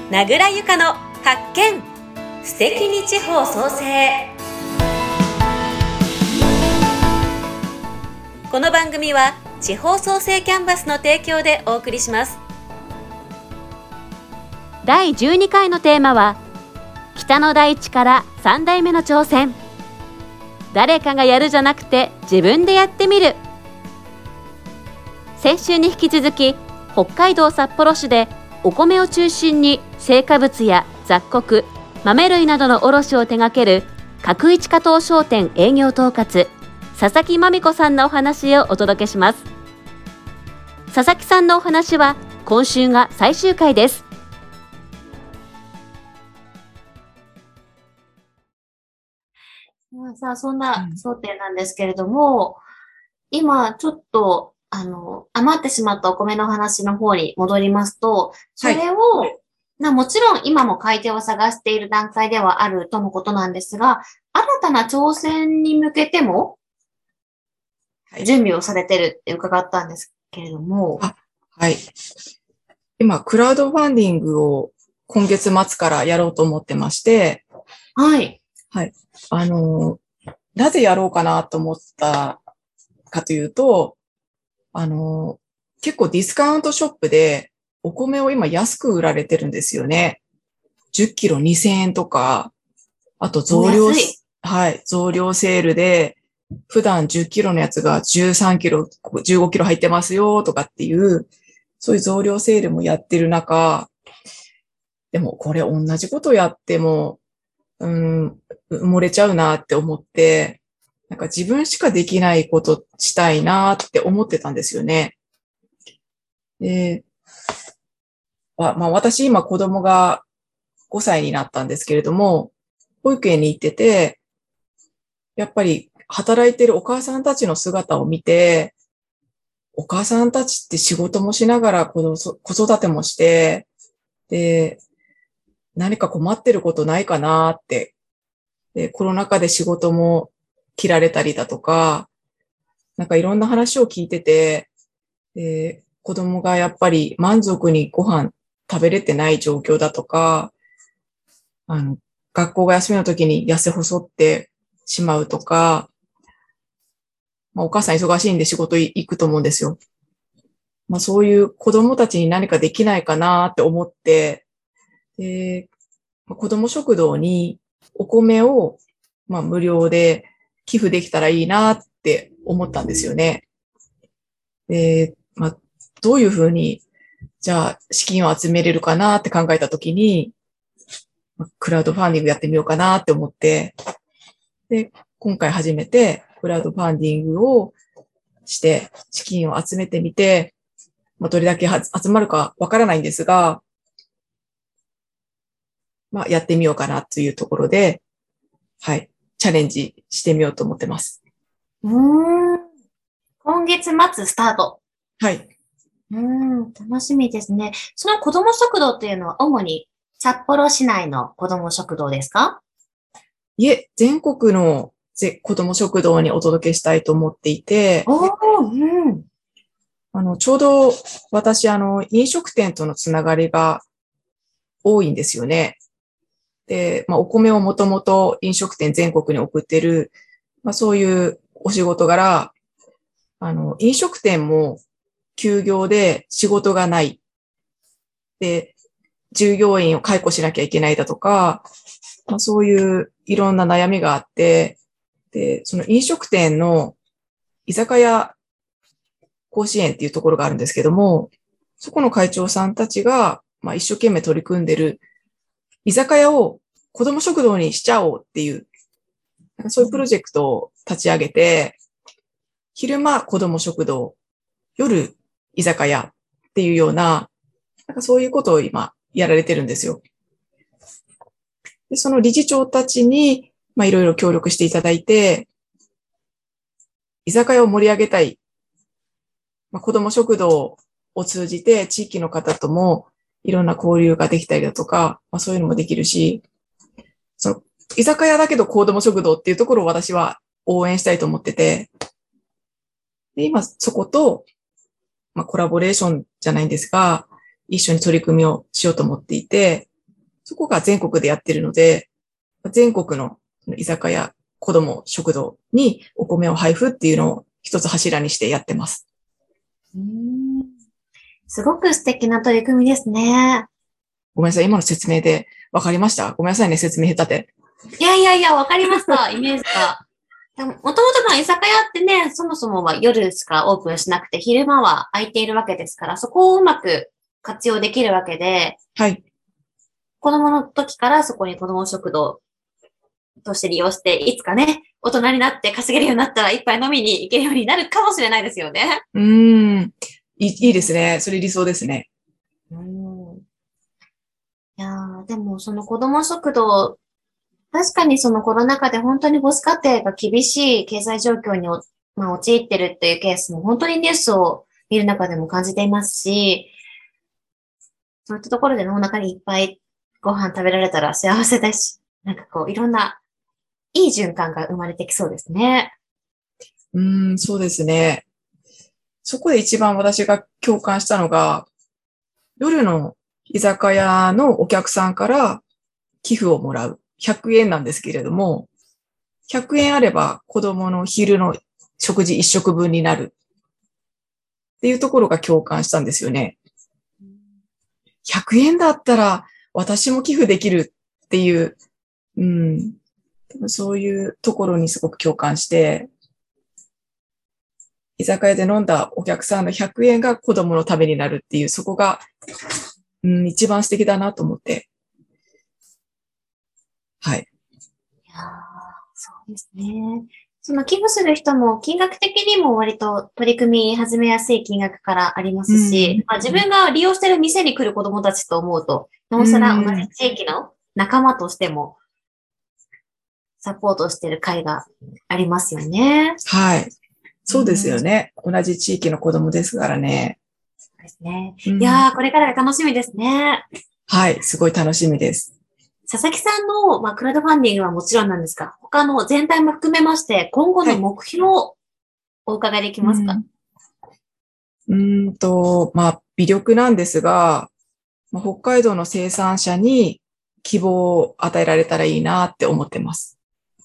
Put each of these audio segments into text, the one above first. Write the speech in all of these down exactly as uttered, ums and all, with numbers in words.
名倉由香の発見、素敵に地方創生。この番組は地方創生キャンバスの提供でお送りします。 だいじゅうにかいのテーマは、北の大地からさんだいめの挑戦。誰かがやるじゃなくて自分でやってみる。先週に引き続き、北海道札幌市でお米を中心に青果物や雑穀、豆類などの卸を手掛ける角一加藤商店営業統括、佐々木真美子さんのお話をお届けします。佐々木さんのお話は今週が最終回です。 さあ、そんな争点なんですけれども、うん、今ちょっとあの余ってしまったお米の話の方に戻りますと、それを、はい、なもちろん今も買い手を探している段階ではあるとのことなんですが、新たな挑戦に向けても準備をされてるって伺ったんですけれども。 あ、はい。今、クラウドファンディングを今月末からやろうと思ってまして、 はい。 はい。あの、なぜやろうかなと思ったかというと、あの、結構ディスカウントショップでお米を今安く売られてるんですよね。じゅっキロにせんえんとか、あと増量、はい、増量セールで、普段じゅっキロのやつがじゅうさんキロ、じゅうごキロ入ってますよとかっていう、そういう増量セールもやってる中、でもこれ同じことやっても、うん、埋もれちゃうなって思って、なんか自分しかできないことしたいなって思ってたんですよね。で、まあ私今子供がごさいになったんですけれども、保育園に行ってて、やっぱり働いてるお母さんたちの姿を見て、お母さんたちって仕事もしながら子育てもして、で、何か困ってることないかなって、で、コロナ禍で仕事も切られたりだとか、なんかいろんな話を聞いてて、で、子供がやっぱり満足にご飯食べれてない状況だとか、あの、学校が休みの時に痩せ細ってしまうとか、まあ、お母さん忙しいんで仕事行くと思うんですよ。まあそういう子供たちに何かできないかなって思って、で、子供食堂にお米をまあ無料で寄付できたらいいなって思ったんですよね。で、まあどういうふうにじゃあ資金を集めれるかなって考えたときに、クラウドファンディングやってみようかなって思って、で、今回初めてクラウドファンディングをして資金を集めてみて、まあどれだけ集まるかわからないんですが、まあやってみようかなというところで、はい、チャレンジしてみようと思ってます。 うーん。今月末スタート。 はい。 うーん、楽しみですね。その子ども食堂っていうのは主に札幌市内の子ども食堂ですか？ いえ、全国の子ども食堂にお届けしたいと思っていて、 おー、うん。 あの、ちょうど私、あの、飲食店とのつながりが多いんですよね。で、まあ、お米をもともと飲食店全国に送ってる、まあ、そういうお仕事柄、あの、飲食店も休業で仕事がない。で、従業員を解雇しなきゃいけないだとか、まあ、そういういろんな悩みがあって、で、その飲食店の居酒屋甲子園っていうところがあるんですけども、そこの会長さんたちが、まあ、一生懸命取り組んでる居酒屋を子ども食堂にしちゃおうっていう、そういうプロジェクトを立ち上げて、昼間子ども食堂、夜居酒屋っていうような、なんかそういうことを今やられてるんですよ。で、その理事長たちに、まあいろいろ協力していただいて、居酒屋を盛り上げたい。まあ、子ども食堂を通じて地域の方ともいろんな交流ができたりだとか、まあそういうのもできるし、その居酒屋だけど子ども食堂っていうところを私は応援したいと思ってて、で今そこと、まあ、コラボレーションじゃないんですが、一緒に取り組みをしようと思っていて、 そこが全国でやってるので、全国の居酒屋、子ども食堂にお米を配布っていうのを一つ柱にしてやってます。 うーん、すごく素敵な取り組みですね。 ごめんなさい、今の説明で分かりました？ごめんなさいね、説明下手で。 いやいやいや、わかりました、イメージが。もともとの居酒屋ってね、そもそもは夜しかオープンしなくて、昼間は空いているわけですから、そこをうまく活用できるわけで、 はい。 子供の時からそこに子供食堂として利用して、いつかね、大人になって稼げるようになったら一杯飲みに行けるようになるかもしれないですよね。 うーん。いい、いいですね。それ理想ですね。 うん、いやー、でもその子供食堂、確かにそのコロナ禍で本当に母子家庭が厳しい経済状況にお、まあ、陥ってるっていうケースも本当にニュースを見る中でも感じていますし、そういったところでのお腹にいっぱいご飯食べられたら幸せだし、なんかこういろんないい循環が生まれてきそうですね。 うーん、そうですね。そこで一番私が共感したのが、夜の居酒屋のお客さんから寄付をもらう。ひゃくえんなんですけれども、ひゃくえんあれば子供の昼の食事いっ食分になるっていうところが共感したんですよね。ひゃくえんだったら私も寄付できるっていう、うん、そういうところにすごく共感して、居酒屋で飲んだお客さんのひゃくえんが子供のためになるっていう、そこが、うん、一番素敵だなと思って。はい。 いやー、そうですね。その寄付する人も金額的にも割と取り組み始めやすい金額からありますし、 うんまあ、自分が利用してる店に来る子供たちと思うと、なおさら同じ地域の仲間としてもサポートしてる会がありますよね。 はい。そうですよね。同じ地域の子供ですからね。 そうですね。 うん、 いやー、これからが楽しみですね。 はい。すごい楽しみです。 佐々木さんの、まあ、クラウドファンディングはもちろんなんですが、他の全体も含めまして、今後の目標をお伺いできますか？ うん、うーんと、まあ、微力なんですが、まあ、北海道の生産者に希望を与えられたらいいなって思ってます。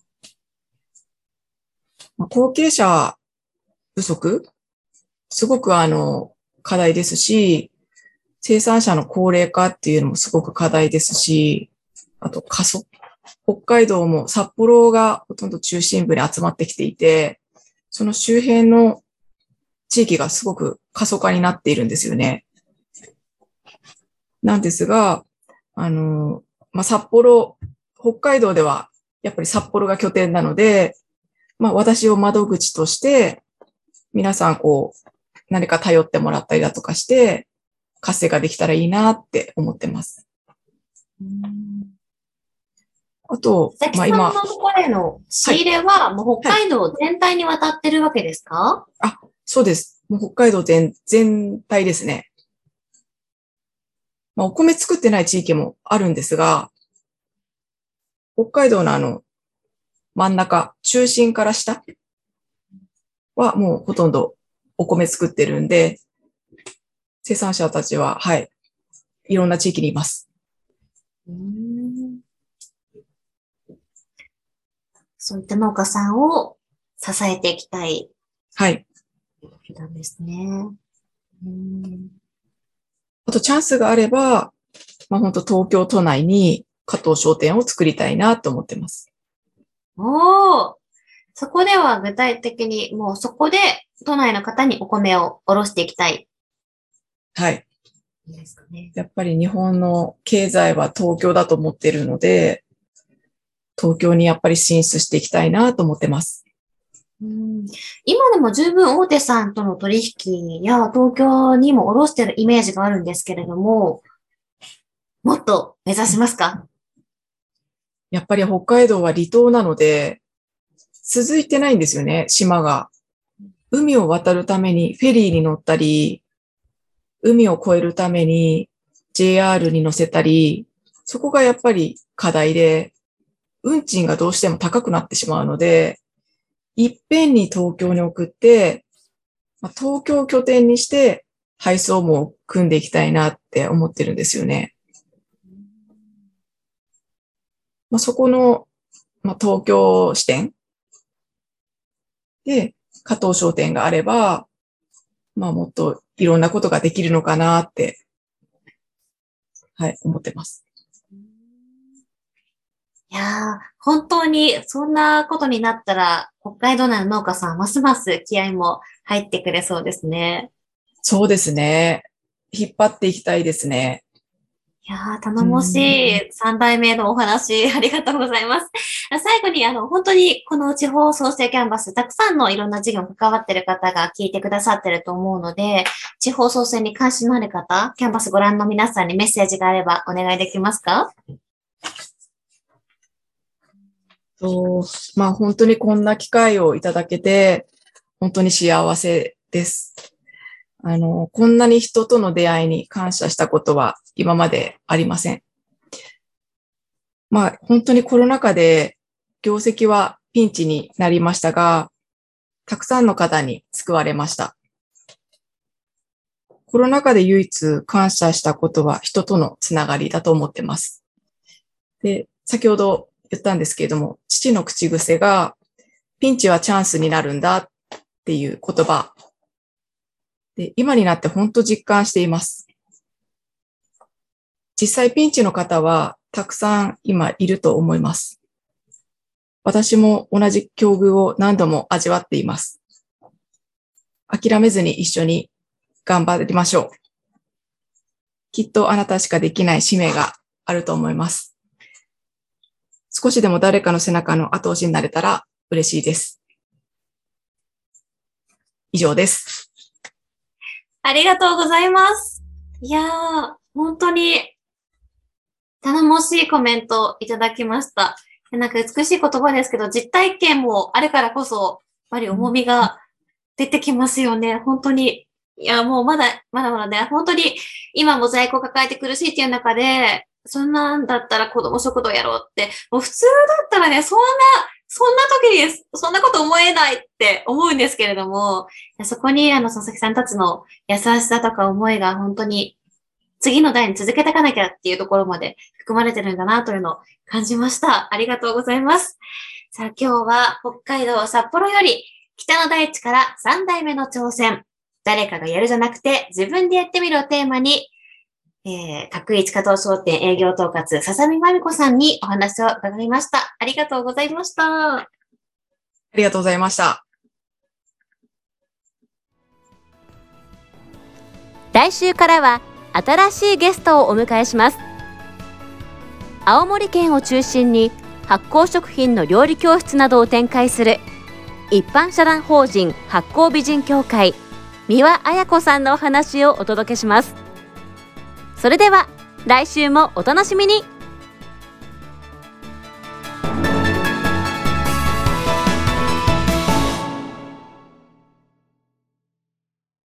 まあ、後継者不足、すごくあの、課題ですし、生産者の高齢化っていうのもすごく課題ですし、あと過疎。北海道も札幌がほとんど中心部に集まってきていて、その周辺の地域がすごく過疎化になっているんですよね。なんですが、あの、まあ、札幌、北海道ではやっぱり札幌が拠点なので、まあ、私を窓口として、皆さんこう、何か頼ってもらったりだとかして、活性化できたらいいなって思ってます。あと、 佐々木さんのところへの仕入れは、もう北海道全体にわたってるわけですか？はい、 あ、そうです。もう北海道全、全体ですね。まあ、お米作ってない地域もあるんですが、北海道のあの、真ん中、中心から下はもうほとんどお米作ってるんで、生産者たちは、はい、いろんな地域にいます。 うーん、そういった農家さんを支えていきたい。 はい。 なんですね。うーん、 あとチャンスがあれば、まあ本当東京都内に加藤商店を作りたいなと思ってます。 おー、そこでは具体的にもうそこで都内の方にお米を卸していきたい。 はい。 ですかね。 やっぱり日本の経済は東京だと思っているので、東京にやっぱり進出していきたいなと思ってます。 うん、今でも十分大手さんとの取引や東京にも卸してるイメージがあるんですけれども、もっと目指しますか？ やっぱり北海道は離島なので、続いてないんですよね、島が。海を渡るためにフェリーに乗ったり、海を越えるために ジェイアール に乗せたり、そこがやっぱり課題で、運賃がどうしても高くなってしまうので、いっぺんに東京に送って、東京を拠点にして配送も組んでいきたいなって思ってるんですよね。 まあ、そこの、まあ、東京支店で加藤商店があれば、まあ、もっといろんなことができるのかなって、はい、思ってます。 いやー、本当にそんなことになったら、北海道内の農家さんますます気合も入ってくれそうですね。 そうですね。引っ張っていきたいですね。 いやー、頼もしい三代目のお話、ありがとうございます。最後に、あの、本当にこの地方創生キャンバス、たくさんのいろんな事業に関わっている方が聞いてくださってると思うので、地方創生に関心のある方、キャンバスご覧の皆さんにメッセージがあればお願いできますか？ そう、まあ本当にこんな機会をいただけて、本当に幸せです。あの、こんなに人との出会いに感謝したことは今までありません。まあ本当にコロナ禍で業績はピンチになりましたが、たくさんの方に救われました。コロナ禍で唯一感謝したことは人とのつながりだと思ってます。で、先ほど言ったんですけれども、父の口癖が、ピンチはチャンスになるんだっていう言葉。で、今になって本当実感しています。実際ピンチの方はたくさん今いると思います。私も同じ境遇を何度も味わっています。諦めずに一緒に頑張りましょう。きっとあなたしかできない使命があると思います。少しでも誰かの背中の後押しになれたら嬉しいです。以上です。 ありがとうございます。いやー、本当に頼もしいコメントいただきました。なんか美しい言葉ですけど、実体験もあるからこそ、やっぱり重みが出てきますよね。本当に。いや、もうまだ、まだまだね、本当に今も在庫抱えて苦しいっていう中で、そんなんだったら子供食堂やろうって、もう普通だったらね、そんな、そんな時に、そんなこと思えないって思うんですけれども、そこにあの佐々木さんたちの優しさとか思いが本当に次の代に続けていかなきゃっていうところまで含まれてるんだなというのを感じました。ありがとうございます。さあ今日は北海道札幌より北の大地からさん代目の挑戦。誰かがやるじゃなくて自分でやってみるをテーマに、えー、角一加藤商店営業統括、笹見まみこさんにお話を伺いました。ありがとうございました。 ありがとうございました。 来週からは新しいゲストをお迎えします。青森県を中心に発酵食品の料理教室などを展開する一般社団法人発酵美人協会三輪彩子さんのお話をお届けします。それでは来週もお楽しみに。